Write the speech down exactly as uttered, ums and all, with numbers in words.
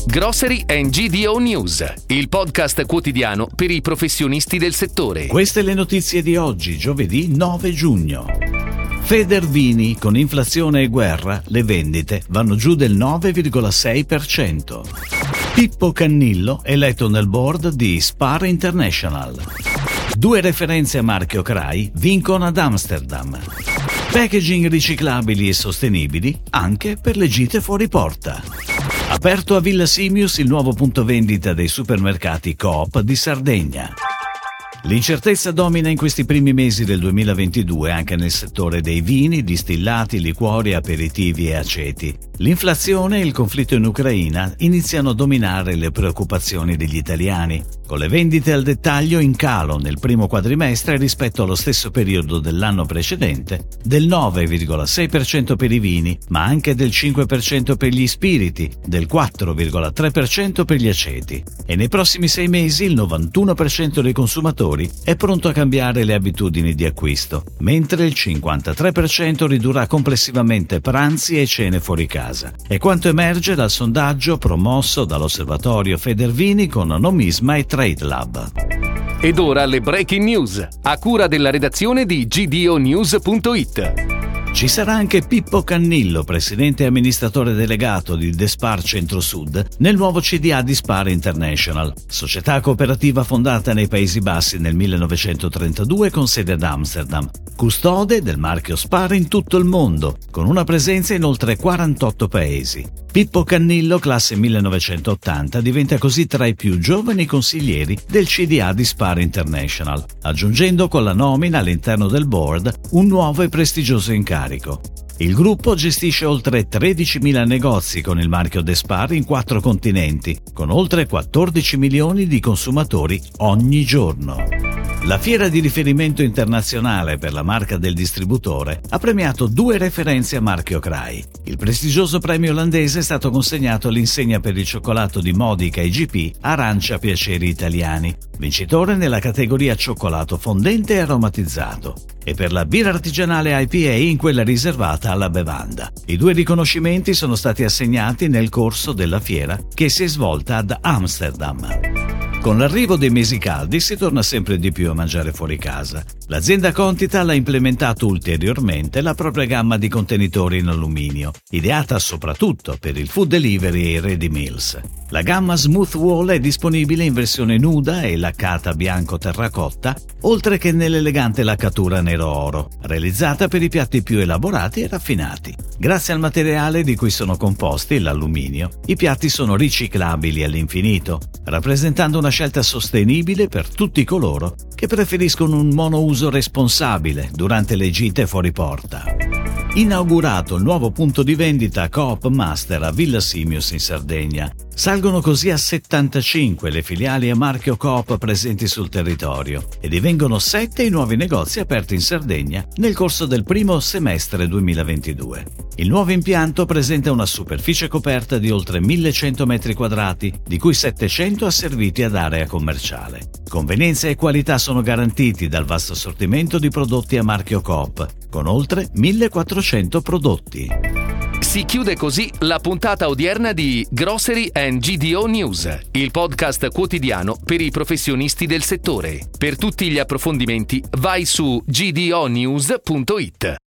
Grocery and G D O News, il podcast quotidiano per i professionisti del settore. Queste le notizie di oggi, giovedì nove giugno. Federvini, con inflazione e guerra, le vendite vanno giù del nove virgola sei per cento. Pippo Cannillo, eletto nel board di Spar International. Due referenze a marchio C R A I vincono ad Amsterdam. Packaging riciclabili e sostenibili anche per le gite fuori porta. Aperto a Villa Simius il nuovo punto vendita dei supermercati Coop di Sardegna. L'incertezza domina in questi primi mesi del duemilaventidue anche nel settore dei vini, distillati, liquori, aperitivi e aceti. L'inflazione e il conflitto in Ucraina iniziano a dominare le preoccupazioni degli italiani, con le vendite al dettaglio in calo nel primo quadrimestre rispetto allo stesso periodo dell'anno precedente, del nove virgola sei per cento per i vini, ma anche del cinque per cento per gli spiriti, del quattro virgola tre per cento per gli aceti. E nei prossimi sei mesi il novantuno per cento dei consumatori è pronto a cambiare le abitudini di acquisto, mentre il cinquantatré per cento ridurrà complessivamente pranzi e cene fuori casa. È quanto emerge dal sondaggio promosso dall'osservatorio Federvini con Nomisma e Trade Lab. Ed ora le breaking news, a cura della redazione di G D O News punto it. Ci sarà anche Pippo Cannillo, presidente e amministratore delegato di The Spar Centro-Sud, nel nuovo C D A di Spar International, società cooperativa fondata nei Paesi Bassi nel millenovecentotrentadue con sede ad Amsterdam, custode del marchio Spar in tutto il mondo, con una presenza in oltre quarantotto paesi. Pippo Cannillo, classe millenovecentottanta, diventa così tra i più giovani consiglieri del C D A di Spar International, aggiungendo con la nomina all'interno del board un nuovo e prestigioso incarico. Il gruppo gestisce oltre tredicimila negozi con il marchio The Spar in quattro continenti, con oltre quattordici milioni di consumatori ogni giorno. La fiera di riferimento internazionale per la marca del distributore ha premiato due referenze a marchio C R A I. Il prestigioso premio olandese è stato consegnato all'insegna per il cioccolato di Modica I G P Arancia Piaceri Italiani, vincitore nella categoria cioccolato fondente e aromatizzato, e per la birra artigianale I P A in quella riservata alla bevanda. I due riconoscimenti sono stati assegnati nel corso della fiera che si è svolta ad Amsterdam. Con l'arrivo dei mesi caldi si torna sempre di più a mangiare fuori casa. L'azienda Continental ha implementato ulteriormente la propria gamma di contenitori in alluminio, ideata soprattutto per il food delivery e i ready meals. La gamma Smooth Wall è disponibile in versione nuda e laccata bianco terracotta, oltre che nell'elegante laccatura nero-oro, realizzata per i piatti più elaborati e raffinati. Grazie al materiale di cui sono composti, l'alluminio, i piatti sono riciclabili all'infinito, rappresentando una scelta sostenibile per tutti coloro che preferiscono un monouso responsabile durante le gite fuori porta. Inaugurato il nuovo punto di vendita Coop Master a Villa Simius in Sardegna, salgono così a settantacinque le filiali a marchio Coop presenti sul territorio e divengono sette i nuovi negozi aperti in Sardegna nel corso del primo semestre duemilaventidue. Il nuovo impianto presenta una superficie coperta di oltre millecento metri quadrati, di cui settecento asserviti ad area commerciale. Convenienza e qualità sono garantiti dal vasto assortimento di prodotti a marchio Coop, con oltre millequattrocento prodotti. Si chiude così la puntata odierna di Grocery and G D O News, il podcast quotidiano per i professionisti del settore. Per tutti gli approfondimenti vai su G D O News punto it.